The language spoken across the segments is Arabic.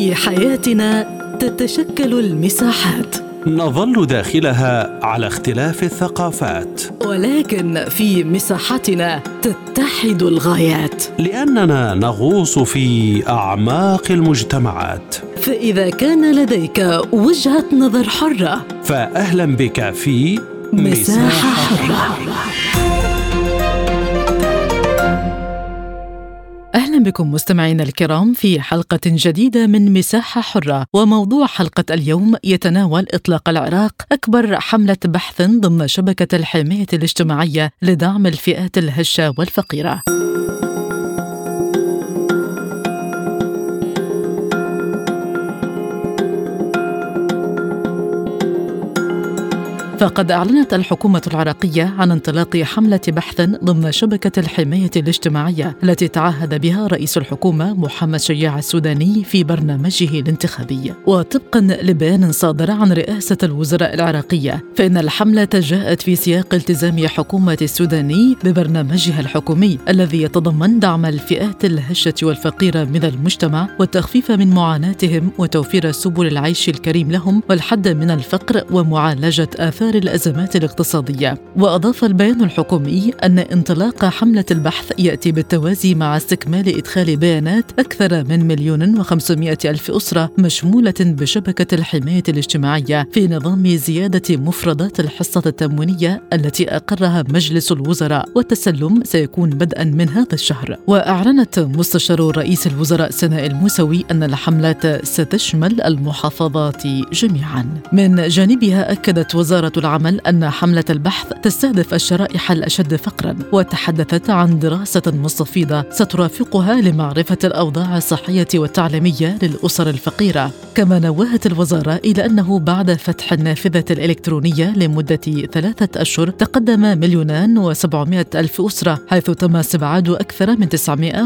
في حياتنا تتشكل المساحات، نظل داخلها على اختلاف الثقافات، ولكن في مساحتنا تتحد الغايات، لأننا نغوص في أعماق المجتمعات. فإذا كان لديك وجهة نظر حرة، فأهلا بك في مساحة حرة. أهلا بكم مستمعينا الكرام في حلقة جديدة من مساحة حرة، وموضوع حلقة اليوم يتناول إطلاق العراق أكبر حملة بحث ضمن شبكة الحماية الاجتماعية لدعم الفئات الهشة والفقيرة. فقد أعلنت الحكومة العراقية عن انطلاق حملة بحث ضمن شبكة الحماية الاجتماعية التي تعهد بها رئيس الحكومة محمد شياع السوداني في برنامجه الانتخابي. وطبقا لبيان صادر عن رئاسة الوزراء العراقية، فإن الحملة جاءت في سياق التزام حكومة السوداني ببرنامجها الحكومي الذي يتضمن دعم الفئات الهشة والفقيرة من المجتمع والتخفيف من معاناتهم وتوفير سبل العيش الكريم لهم والحد من الفقر ومعالجة آثار الأزمات الاقتصادية. وأضاف البيان الحكومي أن انطلاق حملة البحث يأتي بالتوازي مع استكمال إدخال بيانات أكثر من 1,500,000 أسرة مشمولة بشبكة الحماية الاجتماعية في نظام زيادة مفردات الحصة التموينية التي أقرها مجلس الوزراء، والتسلم سيكون بدءا من هذا الشهر. وأعلنت مستشار رئيس الوزراء سناء الموسوي أن الحملة ستشمل المحافظات جميعا. من جانبها أكدت وزارة العمل أن حملة البحث تستهدف الشرائح الأشد فقرا، وتحدثت عن دراسة مستفيضة سترافقها لمعرفة الأوضاع الصحية والتعليمية للأسر الفقيرة. كما نوهت الوزارة إلى أنه بعد فتح النافذة الإلكترونية لمدة 3 أشهر تقدم 1,700,000 أسرة، حيث تم استبعاد أكثر من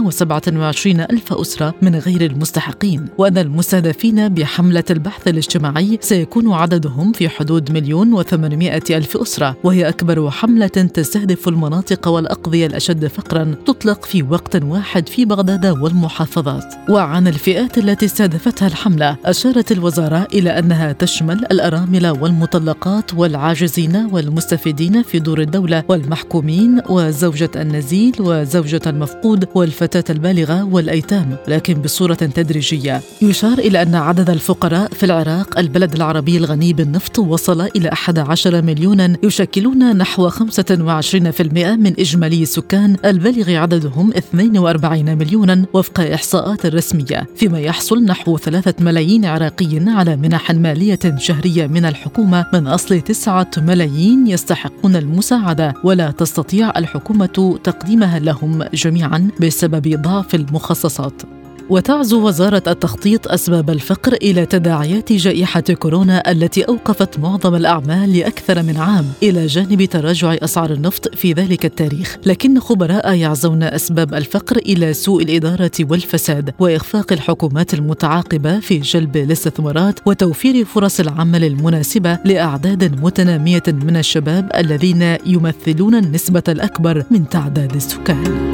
927,000 أسرة من غير المستحقين، وأن المستهدفين بحملة البحث الاجتماعي سيكون عددهم في حدود 1,800,000 أسرة، وهي أكبر حملة تستهدف المناطق والأقضية الأشد فقرا تطلق في وقت واحد في بغداد والمحافظات. وعن الفئات التي استهدفتها الحملة، أشارت الوزارة إلى أنها تشمل الأرامل والمطلقات والعاجزين والمستفيدين في دور الدولة والمحكومين وزوجة النزيل وزوجة المفقود والفتاة البالغة والأيتام، لكن بصورة تدريجية. يشار إلى أن عدد الفقراء في العراق البلد العربي الغني بالنفط وصل إلى 11 مليونا، يشكلون نحو 25% من إجمالي السكان البالغ عددهم 42 مليونا وفق إحصاءات رسمية، فيما يحصل نحو 3 ملايين عراقي على منح مالية شهرية من الحكومة من أصل 9 ملايين يستحقون المساعدة، ولا تستطيع الحكومة تقديمها لهم جميعا بسبب ضعف المخصصات. وتعزو وزارة التخطيط أسباب الفقر إلى تداعيات جائحة كورونا التي أوقفت معظم الأعمال لأكثر من عام، إلى جانب تراجع أسعار النفط في ذلك التاريخ. لكن خبراء يعزون أسباب الفقر إلى سوء الإدارة والفساد وإخفاق الحكومات المتعاقبة في جلب الاستثمارات وتوفير فرص العمل المناسبة لأعداد متنامية من الشباب الذين يمثلون النسبة الأكبر من تعداد السكان.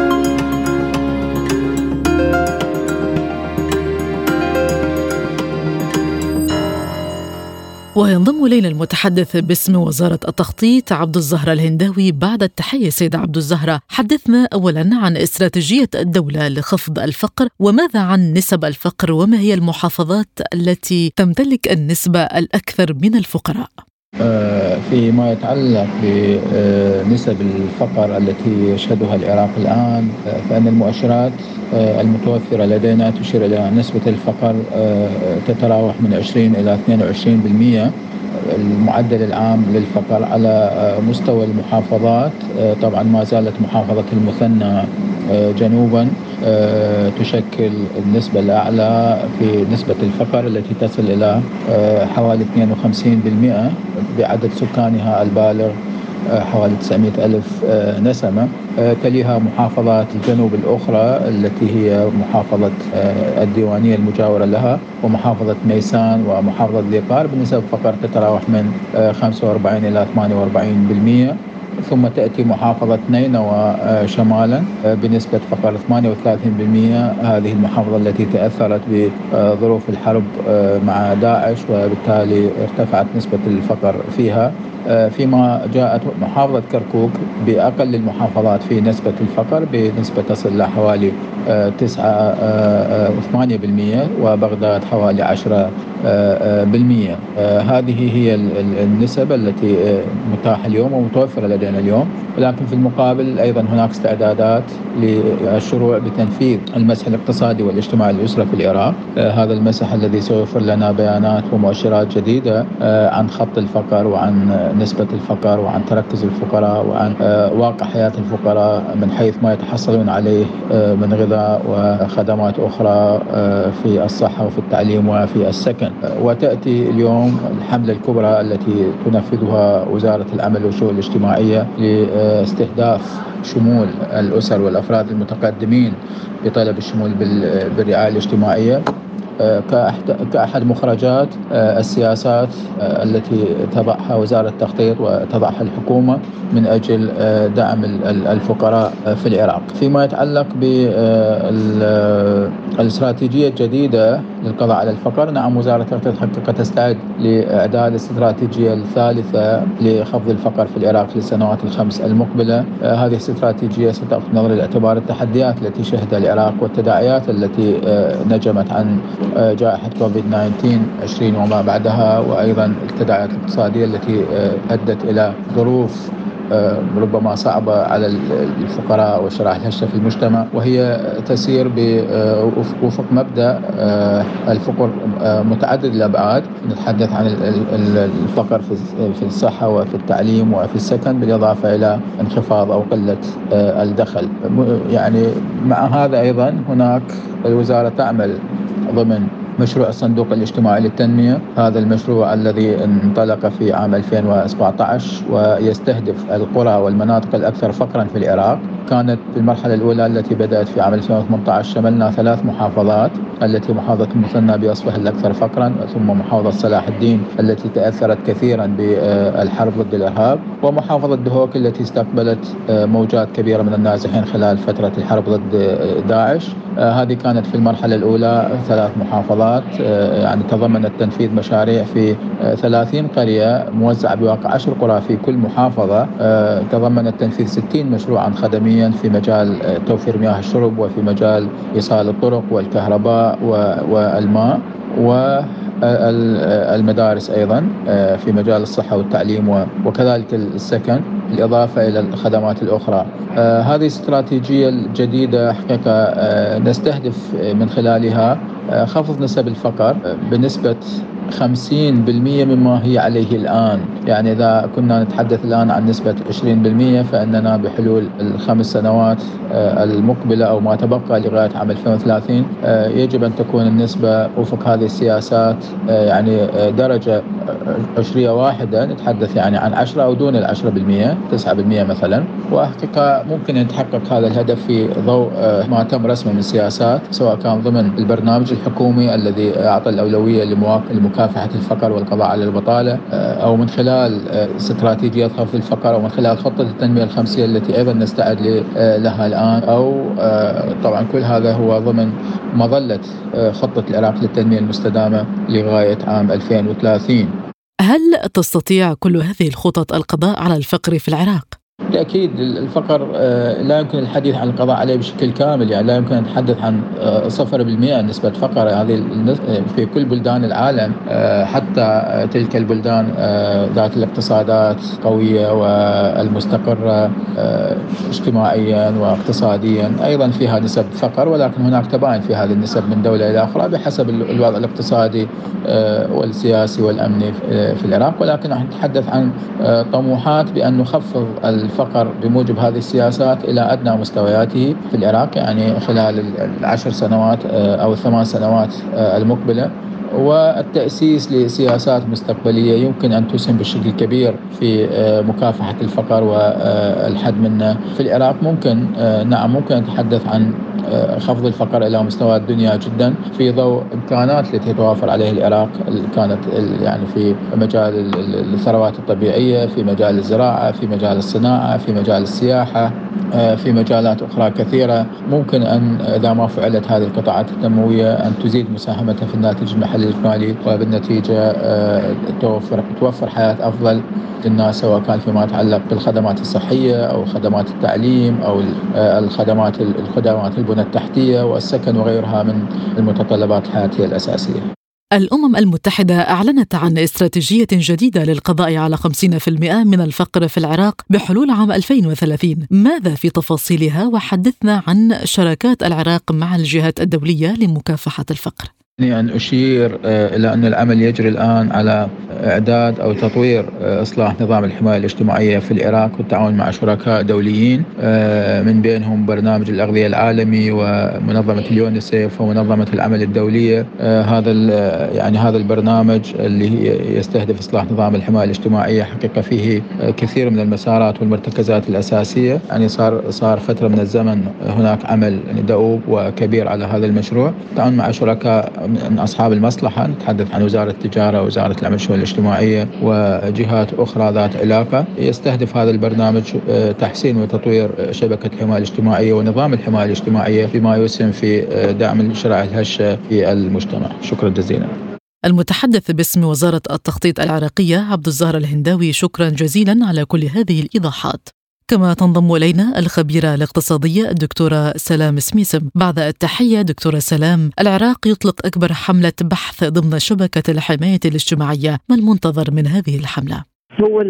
وينضم إلينا المتحدث باسم وزارة التخطيط عبد الزهرة الهنداوي. بعد التحية سيدة عبد الزهرة، حدثنا أولا عن استراتيجية الدولة لخفض الفقر، وماذا عن نسب الفقر، وما هي المحافظات التي تمتلك النسبة الأكثر من الفقراء؟ فيما يتعلق بنسب الفقر التي يشهدها العراق الآن، فإن المؤشرات المتوفرة لدينا تشير إلى نسبة الفقر تتراوح من 20 إلى 22%. المعدل العام للفقر على مستوى المحافظات، طبعا ما زالت محافظة المثنى جنوبا تشكل النسبة الأعلى في نسبة الفقر التي تصل إلى حوالي 52% بعدد سكانها البالغ حوالي 900,000 نسمة. تليها محافظات الجنوب الأخرى التي هي محافظة الديوانية المجاورة لها ومحافظة ميسان ومحافظة ذي قار، بنسب فقر تتراوح من 45 إلى 48%. ثم تأتي محافظة نينوى شمالا بنسبة فقر 38%. هذه المحافظة التي تأثرت بظروف الحرب مع داعش، وبالتالي ارتفعت نسبة الفقر فيها. فيما جاءت محافظة كركوك بأقل المحافظات في نسبة الفقر بنسبة تصل إلى حوالي 8%، وبغداد حوالي 10%. هذه هي النسب التي متاحة اليوم ومتوفرة لدينا اليوم. ولكن في المقابل أيضا هناك استعدادات للشروع بتنفيذ المسح الاقتصادي والاجتماعي للأسرة في العراق. هذا المسح الذي سيوفر لنا بيانات ومؤشرات جديدة عن خط الفقر وعن نسبة الفقر وعن تركز الفقراء وعن واقع حياة الفقراء من حيث ما يتحصلون عليه من غذاء وخدمات أخرى في الصحة وفي التعليم وفي السكن. وتأتي اليوم الحملة الكبرى التي تنفذها وزارة العمل والشؤون الاجتماعية لاستهداف شمول الأسر والأفراد المتقدمين بطلب الشمول بالرعاية الاجتماعية كأحد مخرجات السياسات التي تضعها وزارة التخطيط وتضعها الحكومة من أجل دعم الفقراء في العراق. فيما يتعلق بالاستراتيجية الجديدة للقضاء على الفقر، نعم وزارة التخطيط حقيقة تستعد لإعداد الاستراتيجية الثالثة لخفض الفقر في العراق للسنوات الخمس المقبلة. هذه الاستراتيجية ستأخذ نظر الاعتبار التحديات التي شهدها العراق والتداعيات التي نجمت عن جائحة كوفيد-19 20 وما بعدها، وأيضا التداعيات الاقتصادية التي أدت إلى ظروف ربما صعبة على الفقراء والشرائح الهشة في المجتمع، وهي تسير بوفق مبدأ الفقر متعدد الأبعاد. نتحدث عن الفقر في الصحة وفي التعليم وفي السكن، بالإضافة إلى انخفاض أو قلة الدخل. يعني مع هذا أيضا هناك الوزارة تعمل ضمن مشروع الصندوق الاجتماعي للتنمية. هذا المشروع الذي انطلق في عام 2017 ويستهدف القرى والمناطق الأكثر فقرا في العراق. كانت في المرحلة الأولى التي بدأت في عام 2018 شملنا 3 محافظات، التي محافظة المثنى بأصبح الأكثر فقرا، ثم محافظة صلاح الدين التي تأثرت كثيرا بالحرب ضد الإرهاب، ومحافظة دهوك التي استقبلت موجات كبيرة من النازحين خلال فترة الحرب ضد داعش. هذه كانت في المرحلة الأولى 3 محافظات، يعني تضمنت تنفيذ مشاريع في 30 قرية موزعة بواقع 10 قرى في كل محافظة. تضمنت تنفيذ 60 مشروعا خدميا في مجال توفير مياه الشرب، وفي مجال إيصال الطرق والكهرباء والماء، والمدارس أيضا في مجال الصحة والتعليم، وكذلك السكن، بالإضافة إلى الخدمات الأخرى. هذه الاستراتيجية الجديدة حقيقة نستهدف من خلالها خفض نسب الفقر بنسبة 50% مما هي عليه الآن. يعني إذا كنا نتحدث الآن عن نسبة 20%، فإننا بحلول ال5 سنوات المقبلة أو ما تبقى لغاية عام 2030 يجب أن تكون النسبة وفق هذه السياسات يعني درجة عشرية واحدة، نتحدث يعني عن 10 أو دون 10%، 9% مثلا. وحقيقة ممكن أن يتحقق هذا الهدف في ضوء ما تم رسمه من سياسات، سواء كان ضمن البرنامج الحكومي الذي أعطى الأولوية لمكافحة الفقر والقضاء على البطالة، أو من خلال استراتيجية خفض الفقر، أو من خلال خطة التنمية الخمسية التي أيضا نستعد لها الآن، أو طبعا كل هذا هو ضمن مظلة خطة العراق للتنمية المستدامة لغاية عام 2030. هل تستطيع كل هذه الخطط القضاء على الفقر في العراق؟ بالتأكيد الفقر لا يمكن الحديث عن القضاء عليه بشكل كامل، يعني لا يمكن أن نتحدث عن 0% نسبة فقر. هذه في كل بلدان العالم، حتى تلك البلدان ذات الاقتصادات قوية والمستقرة اجتماعيا واقتصاديا أيضا فيها نسب فقر، ولكن هناك تباين في هذه النسب من دولة إلى أخرى بحسب الوضع الاقتصادي والسياسي والأمني في العراق. ولكن نحن نتحدث عن طموحات بأن نخفض الفقر بموجب هذه السياسات إلى أدنى مستوياته في العراق، يعني خلال 10 سنوات أو 8 سنوات المقبلة. والتأسيس لسياسات مستقبلية يمكن أن تسهم بشكل كبير في مكافحة الفقر والحد منه في العراق. ممكن نتحدث عن خفض الفقر إلى مستوى الدنيا جدا في ضوء إمكانات التي يتوافر عليه العراق، كانت يعني في مجال الثروات الطبيعية، في مجال الزراعة، في مجال الصناعة، في مجال السياحة، في مجالات أخرى كثيرة. ممكن أن إذا ما فعلت هذه القطاعات التنموية أن تزيد مساهمتها في الناتج المحلي الإجمالي، وبالنتيجة توفر حياة أفضل للناس، سواء كان فيما يتعلق بالخدمات الصحية أو خدمات التعليم أو الخدمات البنى التحتية والسكن وغيرها من المتطلبات الحياتية الأساسية. الأمم المتحدة أعلنت عن استراتيجية جديدة للقضاء على 50% من الفقر في العراق بحلول عام 2030. ماذا في تفاصيلها؟ وحدثنا عن شراكات العراق مع الجهات الدولية لمكافحة الفقر. أن أشير إلى أن العمل يجري الآن على إعداد أو تطوير إصلاح نظام الحماية الاجتماعية في العراق والتعاون مع شركاء دوليين، من بينهم برنامج الأغذية العالمي ومنظمة اليونيسيف ومنظمة العمل الدولية. هذا البرنامج اللي يستهدف إصلاح نظام الحماية الاجتماعية حقيقة فيه كثير من المسارات والمرتكزات الأساسية. يعني صار فترة من الزمن هناك عمل دؤوب وكبير على هذا المشروع، تعاون مع شركاء من أصحاب المصلحة، نتحدث عن وزارة التجارة ووزارة العمل والشؤون الاجتماعية وجهات أخرى ذات علاقة. يستهدف هذا البرنامج تحسين وتطوير شبكة الحماية الاجتماعية ونظام الحماية الاجتماعية بما يسهم في دعم الشرائح الهشة في المجتمع. شكرا جزيلا. المتحدث باسم وزارة التخطيط العراقية عبد الزهر الهنداوي، شكرا جزيلا على كل هذه الإيضاحات. كما تنضم إلينا الخبيرة الاقتصادية الدكتورة سلام سميسم. بعد التحية دكتورة سلام، العراق يطلق أكبر حملة بحث ضمن شبكة الحماية الاجتماعية، ما المنتظر من هذه الحملة؟ هو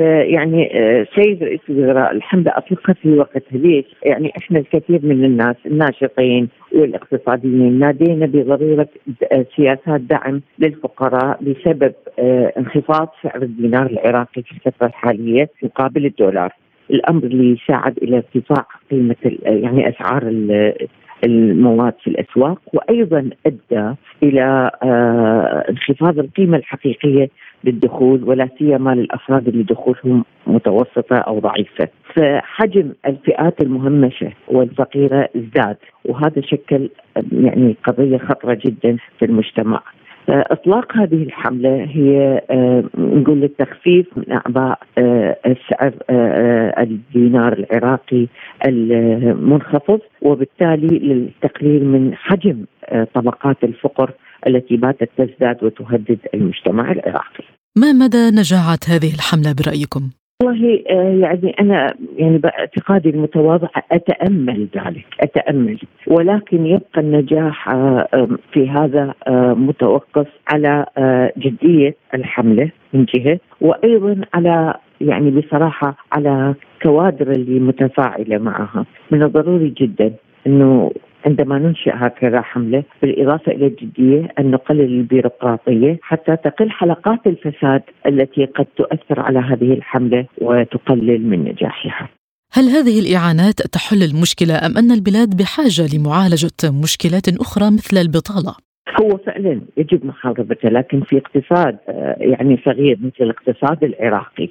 سيد رئيس الوزراء الحملة أطلقت في وقتها. ليش؟ يعني إحنا الكثير من الناس الناشطين والاقتصاديين نادينا بضرورة سياسات دعم للفقراء بسبب انخفاض سعر الدينار العراقي في الفترة الحالية مقابل الدولار، الأمر اللي يساعد إلى ارتفاع قيمة أسعار المواد في الأسواق، وأيضا أدى إلى انخفاض القيمة الحقيقية للدخول، ولا سيما للأفراد اللي دخولهم متوسطة أو ضعيفة. فحجم الفئات المهمشة والفقيرة ازداد، وهذا شكل قضية خطرة جدا في المجتمع. إطلاق هذه الحملة هي نقول للتخفيف من أعباء السعر الدينار العراقي المنخفض، وبالتالي للتقليل من حجم طبقات الفقر التي باتت تزداد وتهدد المجتمع العراقي. ما مدى نجاعة هذه الحملة برأيكم؟ والله أنا باعتقادي المتواضع أتأمل ذلك، ولكن يبقى النجاح في هذا متوقف على جدية الحملة من جهة، وأيضا على بصراحة على كوادر اللي متفاعلة معها. من الضروري جدا أنه عندما ننشئ هكذا حملة، بالإضافة إلى الجدية، أن نقلل البيروقراطية حتى تقل حلقات الفساد التي قد تؤثر على هذه الحملة وتقلل من نجاحها. هل هذه الإعانات تحل المشكلة أم أن البلاد بحاجة لمعالجة مشكلات أخرى مثل البطالة؟ هو فعلا يجب محاربته، لكن في اقتصاد صغير مثل الاقتصاد العراقي،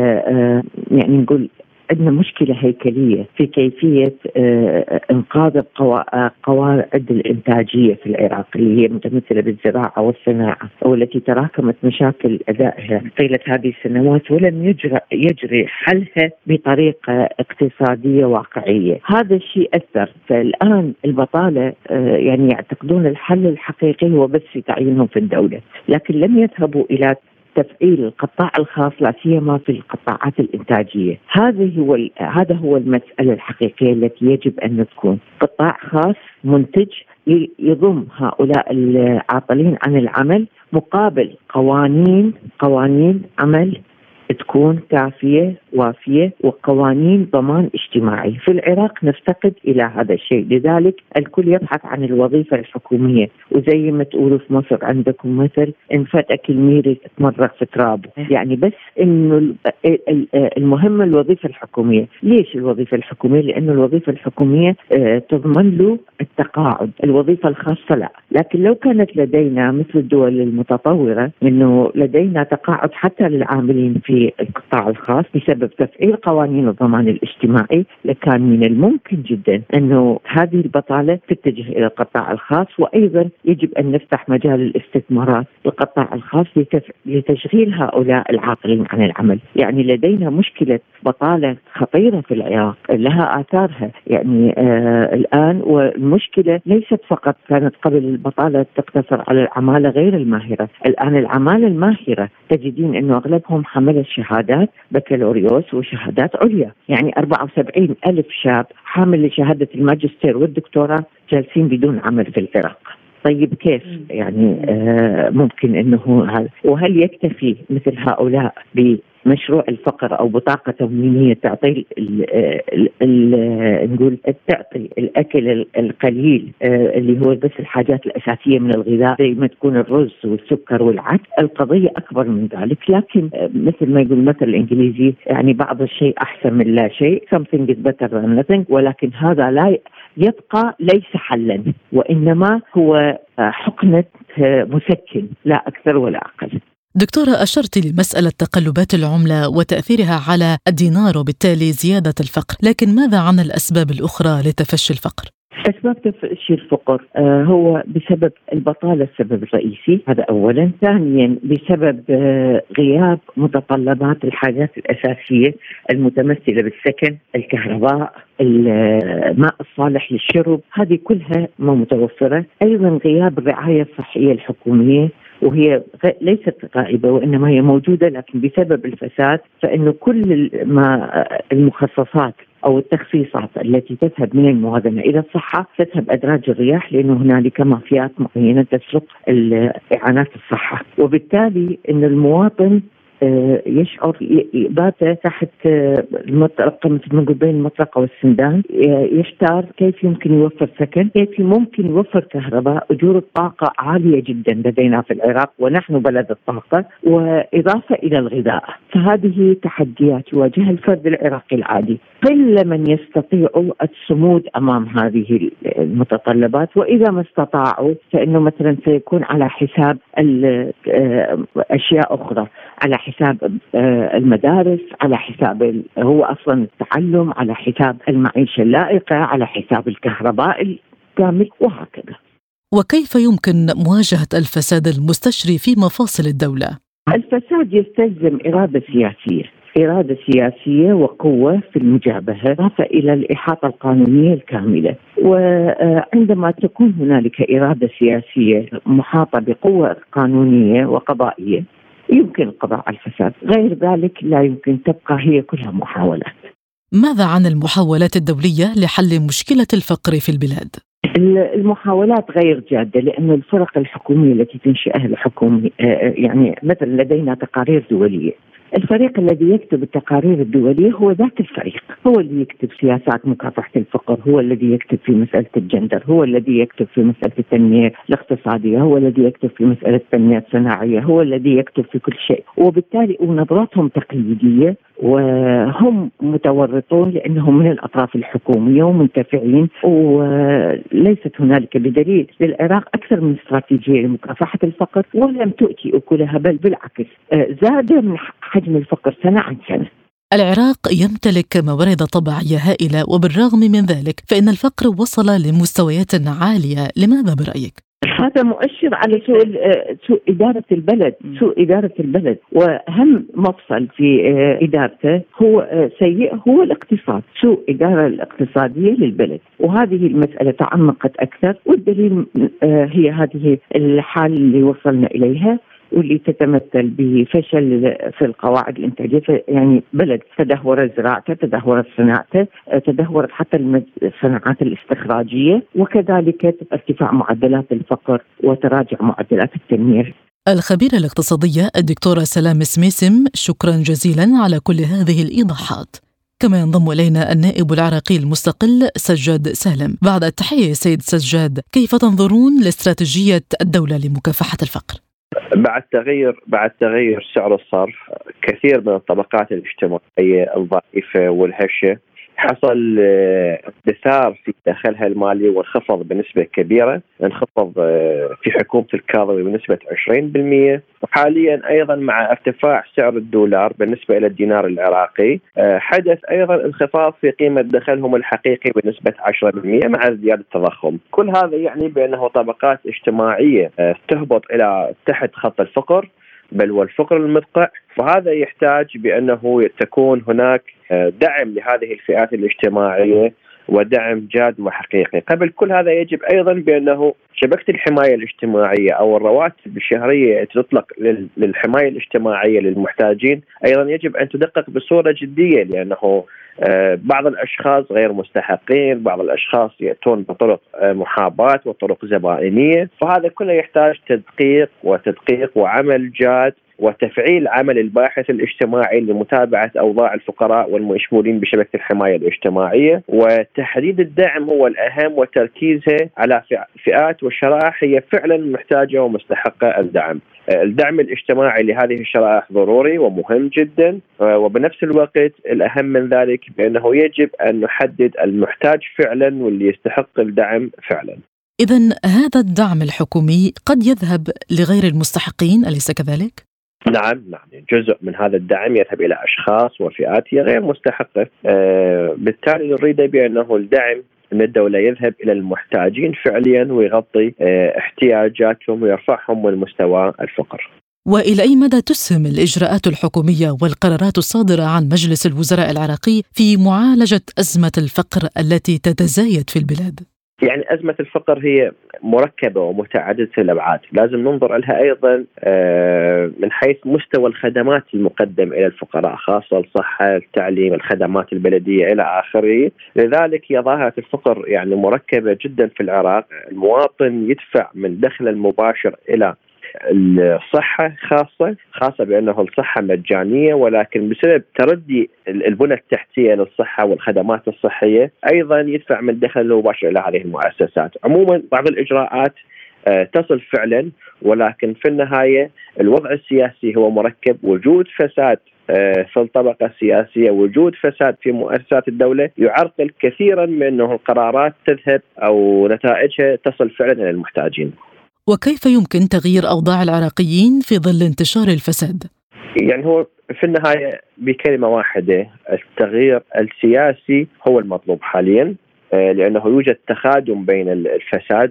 نقول عندنا مشكلة هيكلية في كيفية إنقاذ قواعد الإنتاجية في العراق اللي هي متمثلة بالزراعة والصناعة، والتي تراكمت مشاكل أدائها طيلة هذه السنوات ولم يجري حلها بطريقة اقتصادية واقعية. هذا الشيء أثر. فالآن البطالة يعتقدون الحل الحقيقي هو بس في تعيينهم في الدولة، لكن لم يذهبوا إلى تفعيل القطاع الخاص، لا سيما في القطاعات الإنتاجية. هذا هو المسألة الحقيقية التي يجب أن تكون قطاع خاص منتج يضم هؤلاء العاطلين عن العمل مقابل قوانين عمل تكون كافية وافية، وقوانين ضمان اجتماعي. في العراق نفتقد إلى هذا الشيء، لذلك الكل يبحث عن الوظيفة الحكومية، وزي ما تقولوا في مصر عندكم مثل إن فتك الميري تمرق في ترابه. بس إنه المهم الوظيفة الحكومية. ليش الوظيفة الحكومية؟ لأنه الوظيفة الحكومية تضمن له التقاعد، الوظيفة الخاصة لا. لكن لو كانت لدينا مثل الدول المتطورة أنه لدينا تقاعد حتى للعاملين في القطاع الخاص بسبب تفعيل قوانين الضمان الاجتماعي، لكان من الممكن جدا أنه هذه البطالة تتجه إلى القطاع الخاص. وأيضا يجب أن نفتح مجال الاستثمارات للقطاع الخاص لتشغيل هؤلاء العاطلين عن العمل. يعني لدينا مشكلة بطالة خطيرة في العراق لها آثارها يعني الآن، والمشكلة ليست فقط كانت قبل البطالة تقتصر على العمالة غير الماهرة. الآن العمالة الماهرة تجدين أنه أغلبهم حملت شهادات بكالوريوس وشهادات عليا، يعني 74 ألف شاب حامل لشهادة الماجستير والدكتوراه جالسين بدون عمل في العراق. طيب كيف يعني ممكن أنه هذا؟ وهل يكتفي مثل هؤلاء بمشروع الفقر أو بطاقة تموينية تعطي نقول تعطي الأكل القليل اللي هو بس الحاجات الأساسية من الغذاء زي ما تكون الرز والسكر والعدس؟ القضية أكبر من ذلك. لكن مثل ما يقول المثل الإنجليزي يعني بعض الشيء أحسن من لا شيء، something is better than nothing. ولكن هذا لا يبقى ليس حلا، وإنما هو حقنة مسكن لا أكثر ولا أقل. دكتورة، أشرت لمسألة تقلبات العملة وتأثيرها على الدينار وبالتالي زيادة الفقر، لكن ماذا عن الأسباب الأخرى لتفشي الفقر؟ أسباب تفشي الفقر هو بسبب البطالة السبب الرئيسي، هذا أولا. ثانيا بسبب غياب متطلبات الحاجات الأساسية المتمثلة بالسكن، الكهرباء، الماء الصالح للشرب، هذه كلها ما متوفرة. أيضا غياب الرعاية الصحية الحكومية، وهي ليست غائبة وإنما هي موجودة، لكن بسبب الفساد فإنه كل ما المخصصات أو التخصيصات التي تذهب من الموازنة إلى الصحة تذهب أدراج الرياح، لأنه هنالك مافيات معينة تسرق إعانات الصحة، وبالتالي أن المواطن يشعر بات تحت المطرقة مثل ما نقول بين المطرقة والسندان، يحتار كيف يمكن يوفر سكن، كيف ممكن يوفر كهرباء. أجور الطاقة عالية جدا لدينا في العراق ونحن بلد الطاقة، وإضافة إلى الغذاء. فهذه تحديات يواجهها الفرد العراقي العادي. قل من يستطيع الصمود أمام هذه المتطلبات، وإذا ما استطاعوا فإنه مثلا سيكون على حساب أشياء أخرى، على حساب المدارس، على حساب هو أصلا التعلم، على حساب المعيشة اللائقة، على حساب الكهرباء الكامل وهكذا. وكيف يمكن مواجهة الفساد المستشري في مفاصل الدولة؟ الفساد يستلزم إرادة سياسية وقوة في المجابهة، إضافة إلى الإحاطة القانونية الكاملة. وعندما تكون هنالك إرادة سياسية محاطة بقوة قانونية وقضائية يمكن القضاء على الفساد، غير ذلك لا يمكن، تبقى هي كلها محاولات. ماذا عن المحاولات الدولية لحل مشكلة الفقر في البلاد؟ المحاولات غير جادة، لأن الفرق الحكومية التي تنشئها الحكومة يعني مثلا لدينا تقارير دولية، الفريق الذي يكتب التقارير الدولية هو ذاك الفريق، هو اللي يكتب سياسات مكافحة الفقر، هو الذي يكتب في مسألة الجندر، هو الذي يكتب في مسألة التنمية الاقتصادية، هو الذي يكتب في مسألة التنمية الصناعية، هو الذي يكتب في كل شيء. وبالتالي نظراتهم تقليدية وهم متورطون لأنهم من الأطراف الحكومية ومنتفعين، وليست هنالك بدليل للعراق أكثر من استراتيجية لمكافحة الفقر ولم تؤتي أكلها، بل بالعكس زاد من حجم الفقر سنة عن سنة. العراق يمتلك موارد طبيعية هائلة، وبالرغم من ذلك فإن الفقر وصل لمستويات عالية. لماذا برأيك؟ هذا مؤشر على سوء إدارة البلد، سوء إدارة البلد، وأهم مفصل في إدارته هو سيء، هو الاقتصاد، سوء إدارة الاقتصادية للبلد. وهذه المسألة تعمقت أكثر، والدليل هي هذه الحال اللي وصلنا إليها، واللي تتمثل بفشل في القواعد الإنتاجية. يعني بلد تدهورت زراعته، تدهورت صناعته، تدهورت حتى الصناعات الاستخراجية، وكذلك ارتفاع معدلات الفقر وتراجع معدلات التنمية. الخبيرة الاقتصادية الدكتورة سلام سميسم، شكرا جزيلا على كل هذه الإيضاحات. كما ينضم إلينا النائب العراقي المستقل سجاد سالم. بعد التحية سيد سجاد، كيف تنظرون لاستراتيجية الدولة لمكافحة الفقر؟ بعد تغير سعر الصرف، كثير من الطبقات الاجتماعية الضعيفة والهشة حصل اندثار في دخلها المالي وانخفض بنسبة كبيرة، انخفض في حكومة الكاظمي بنسبة 20%. وحاليا أيضا مع ارتفاع سعر الدولار بالنسبة إلى الدينار العراقي حدث أيضا انخفاض في قيمة دخلهم الحقيقي بنسبة 10% مع زيادة التضخم. كل هذا يعني بأنه طبقات اجتماعية تهبط إلى تحت خط الفقر بل والفقر المدقع، وهذا يحتاج بأنه تكون هناك دعم لهذه الفئات الاجتماعية ودعم جاد وحقيقي. قبل كل هذا يجب أيضا بأنه شبكة الحماية الاجتماعية أو الرواتب الشهرية تطلق للحماية الاجتماعية للمحتاجين أيضا يجب أن تدقق بصورة جدية، لأنه بعض الأشخاص غير مستحقين، بعض الأشخاص يأتون بطرق محاباة وطرق زبائنية، فهذا كله يحتاج تدقيق وعمل جاد وتفعيل عمل الباحث الاجتماعي لمتابعة أوضاع الفقراء والمشمولين بشبكة الحماية الاجتماعية. وتحديد الدعم هو الأهم وتركيزه على فئات وشرائح هي فعلا محتاجة ومستحقة الدعم. الدعم الاجتماعي لهذه الشرائح ضروري ومهم جدا، وبنفس الوقت الأهم من ذلك بأنه يجب أن نحدد المحتاج فعلا واللي يستحق الدعم فعلا. إذن هذا الدعم الحكومي قد يذهب لغير المستحقين، أليس كذلك؟ نعم، جزء من هذا الدعم يذهب إلى أشخاص وفئات هي غير مستحقة. بالتالي نريد بأنه الدعم من الدولة يذهب إلى المحتاجين فعليا ويغطي احتياجاتهم ويرفعهم من مستوى الفقر. وإلى أي مدى تسهم الإجراءات الحكومية والقرارات الصادرة عن مجلس الوزراء العراقي في معالجة أزمة الفقر التي تتزايد في البلاد؟ يعني أزمة الفقر هي مركبة ومتعددة الأبعاد، لازم ننظر لها أيضا من حيث مستوى الخدمات المقدمة إلى الفقراء، خاصة الصحة، التعليم، الخدمات البلدية إلى آخره. لذلك هي ظاهرة الفقر يعني مركبة جدا في العراق. المواطن يدفع من دخله المباشر إلى الصحة، خاصة بأنه الصحة مجانية، ولكن بسبب تردي البنى التحتية للصحة والخدمات الصحية أيضا يدفع من دخل المباشر إلى هذه المؤسسات. عموما بعض الإجراءات تصل فعلا، ولكن في النهاية الوضع السياسي هو مركب. وجود فساد في الطبقة السياسية، وجود فساد في مؤسسات الدولة يعرقل كثيرا من أنه القرارات تذهب أو نتائجها تصل فعلا إلى المحتاجين. وكيف يمكن تغيير أوضاع العراقيين في ظل انتشار الفساد؟ يعني هو في النهاية بكلمة واحدة، التغيير السياسي هو المطلوب حاليا، لأنه يوجد تخادم بين الفساد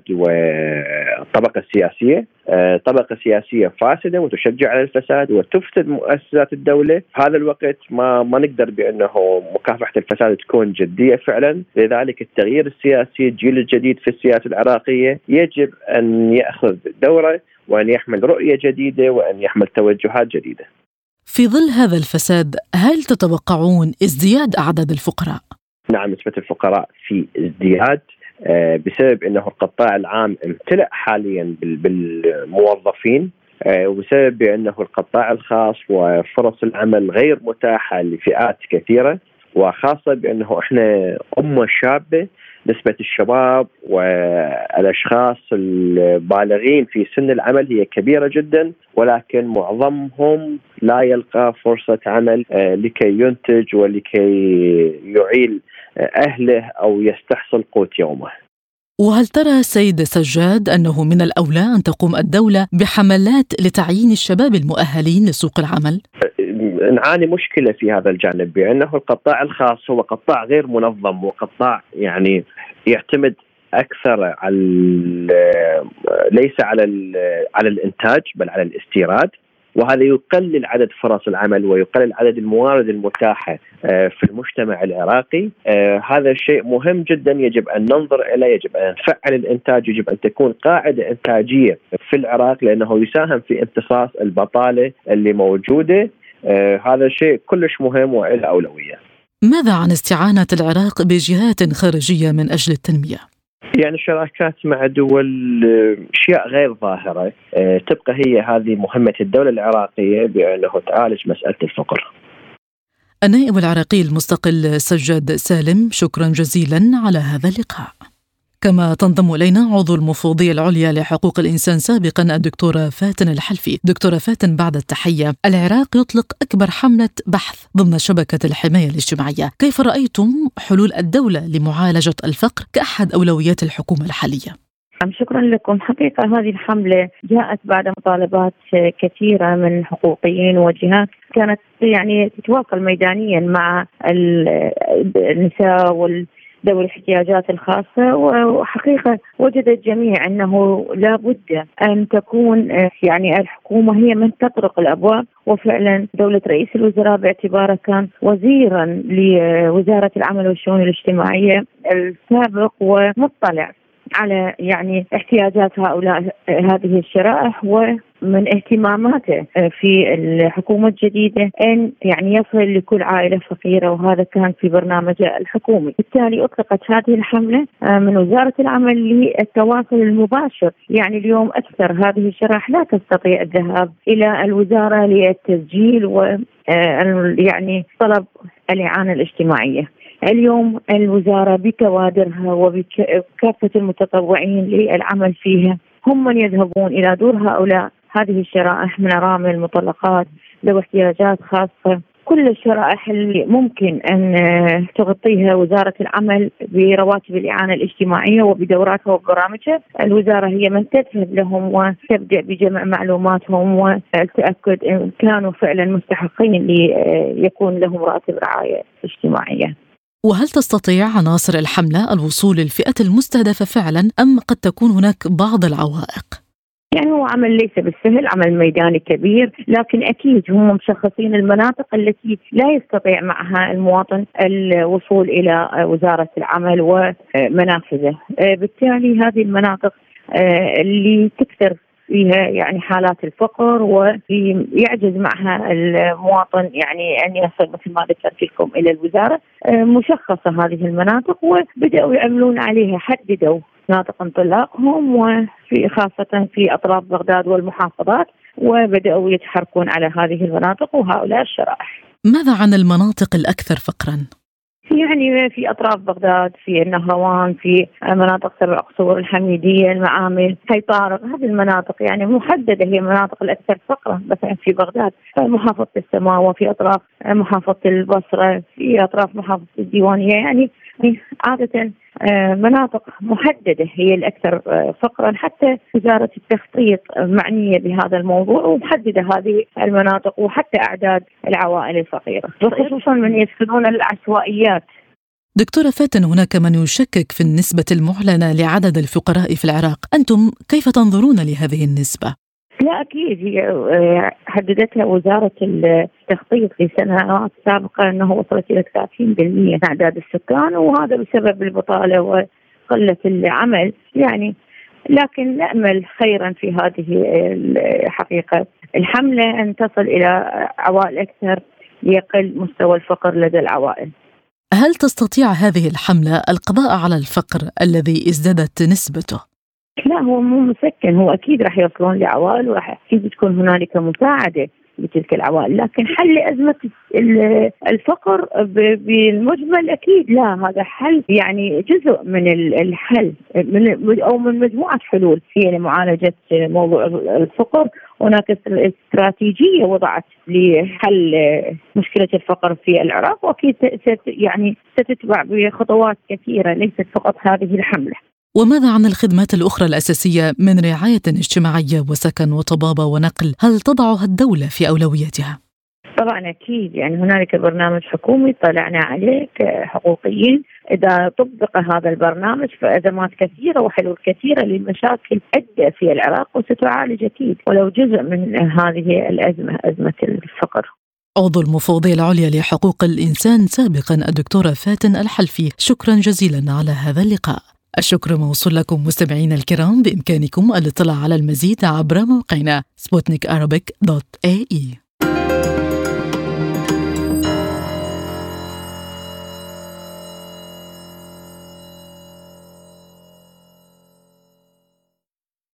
والطبقة السياسية. طبقة سياسية فاسدة وتشجع على الفساد وتفسد مؤسسات الدولة. في هذا الوقت ما نقدر بأنه مكافحة الفساد تكون جدية فعلا. لذلك التغيير السياسي، الجيل الجديد في السياسة العراقية يجب أن يأخذ دوره وأن يحمل رؤية جديدة وأن يحمل توجهات جديدة. في ظل هذا الفساد هل تتوقعون ازدياد أعداد الفقراء؟ نعم، نسبة الفقراء في ازدياد بسبب أنه القطاع العام امتلأ حاليا بالموظفين، وبسبب أنه القطاع الخاص وفرص العمل غير متاحة لفئات كثيرة، وخاصة بأنه إحنا أمة شابة. نسبة الشباب والأشخاص البالغين في سن العمل هي كبيرة جدا، ولكن معظمهم لا يلقى فرصة عمل لكي ينتج ولكي يعيل أهله أو يستحصل قوت يومه. وهل ترى سيد سجاد أنه من الأولى أن تقوم الدولة بحملات لتعيين الشباب المؤهلين لسوق العمل؟ نعاني مشكلة في هذا الجانب، بأنه القطاع الخاص هو قطاع غير منظم، وقطاع يعني يعتمد أكثر على ليس على الإنتاج بل على الاستيراد، وهذا يقلل عدد فرص العمل ويقلل عدد الموارد المتاحة في المجتمع العراقي. هذا الشيء مهم جدا، يجب أن ننظر إليه، يجب أن نفعل الإنتاج، يجب أن تكون قاعدة إنتاجية في العراق، لأنه يساهم في امتصاص البطالة اللي موجودة. هذا شيء كلش مهم وإله أولوية. ماذا عن استعانة العراق بجهات خارجية من أجل التنمية؟ يعني شراكات مع دول، أشياء غير ظاهرة، تبقى هي هذه مهمة الدولة العراقية بأنه تعالج مسألة الفقر. النائب العراقي المستقل سجاد سالم، شكرا جزيلا على هذا اللقاء. كما تنضم إلينا عضو المفوضية العليا لحقوق الإنسان سابقا الدكتورة فاتن الحلفي. دكتورة فاتن، بعد التحية، العراق يطلق أكبر حملة بحث ضمن شبكة الحماية الاجتماعية، كيف رأيتم حلول الدولة لمعالجة الفقر كأحد أولويات الحكومة الحالية؟ شكرا لكم. حقيقة هذه الحملة جاءت بعد مطالبات كثيرة من حقوقيين وجهات كانت يعني تتواصل ميدانيا مع النساء ذوي الاحتياجات الخاصة، وحقيقة وجد الجميع أنه لا بد أن تكون يعني الحكومة هي من تطرق الأبواب. وفعلا دولة رئيس الوزراء باعتباره كان وزيرا لوزارة العمل والشؤون الاجتماعية السابق ومطلع على يعني احتياجات هذه الشرائح، ومن اهتماماته في الحكومة الجديدة أن يعني يصل لكل عائلة فقيرة، وهذا كان في برنامجه الحكومي. بالتالي أطلقت هذه الحملة من وزارة العمل للتواصل المباشر. يعني اليوم أكثر هذه الشرائح لا تستطيع الذهاب إلى الوزارة للتسجيل يعني طلب الإعانة الاجتماعية. اليوم الوزارة بكوادرها وبكافة المتطوعين للعمل فيها هم من يذهبون إلى دور هذه الشرائح من أرامل، المطلقات، ذوي احتياجات خاصة، كل الشرائح اللي ممكن أن تغطيها وزارة العمل برواتب الإعانة الاجتماعية وبدوراتها وبرامجها. الوزارة هي من تذهب لهم وتبدأ بجمع معلوماتهم والتأكد إن كانوا فعلا مستحقين ليكون لهم راتب رعاية اجتماعية. وهل تستطيع عناصر الحملة الوصول للفئة المستهدفة فعلا، أم قد تكون هناك بعض العوائق؟ يعني هو عمل ليس بالسهل، عمل ميداني كبير، لكن أكيد هم مشخصين المناطق التي لا يستطيع معها المواطن الوصول إلى وزارة العمل ومنافذه. بالتالي هذه المناطق اللي تكثر فيها يعني حالات الفقر ويعجز معها المواطن يعني أن يصل مثل ما ذكرت لكم إلى الوزارة، مشخصة هذه المناطق وبدأوا يعملون عليها. حددوا مناطق انطلاقهم وفي خاصة في أطراف بغداد والمحافظات، وبدأوا يتحركون على هذه المناطق وهؤلاء الشرائح. ماذا عن المناطق الأكثر فقراً؟ يعني في أطراف بغداد، في النهروان، في مناطق سبع قصور، الحميدية، المعامل، حي طارق، هذه المناطق يعني محددة هي المناطق الأكثر فقرا. مثلا في بغداد محافظة السماوة، في أطراف محافظة البصرة، في أطراف محافظة الديوانية، يعني عادة مناطق محددة هي الأكثر فقرا. حتى وزارة التخطيط معنية بهذا الموضوع ومحددة هذه المناطق وحتى أعداد العوائل الفقيرة، وخصوصا من يسكنون العشوائيات. دكتورة فاتن، هناك من يشكك في النسبة المعلنة لعدد الفقراء في العراق، أنتم كيف تنظرون لهذه النسبة؟ لا أكيد هي حددتها وزارة التخطيط في سنوات سابقة أنه وصلت إلى 30% من أعداد السكان، وهذا بسبب البطالة وقلة العمل يعني. لكن نأمل خيرا في هذه الحقيقة الحملة أن تصل إلى عوائل أكثر ليقل مستوى الفقر لدى العوائل. هل تستطيع هذه الحملة القضاء على الفقر الذي ازدادت نسبته؟ لا، هو مو مسكن، هو أكيد راح يوصلون لعوائل وراح أكيد تكون هنالك مساعدة لتلك العوائل، لكن حل أزمة الفقر بالمجمل أكيد لا. هذا حل يعني جزء من الحل أو من مجموعة حلول هي لمعالجة موضوع الفقر. هناك استراتيجية وضعت لحل مشكلة الفقر في العراق، وأكيد يعني ستتبع بخطوات كثيرة ليست فقط هذه الحملة. وماذا عن الخدمات الأخرى الأساسية من رعاية اجتماعية وسكن وطبابة ونقل؟ هل تضعها الدولة في أولوياتها؟ طبعا أكيد، يعني هنالك برنامج حكومي طلعنا عليه كحقوقيين. إذا طبق هذا البرنامج فأزمات كثيرة وحلول كثيرة للمشاكل عدة في العراق وستعالج أكيد ولو جزء من هذه الأزمة، أزمة الفقر. عضو المفوضية العليا لحقوق الإنسان سابقا الدكتورة فاتن الحلفي، شكرا جزيلا على هذا اللقاء. الشكر موصول لكم مستمعينا الكرام. بإمكانكم الاطلاع على المزيد عبر موقعنا sputnikarabic.ae.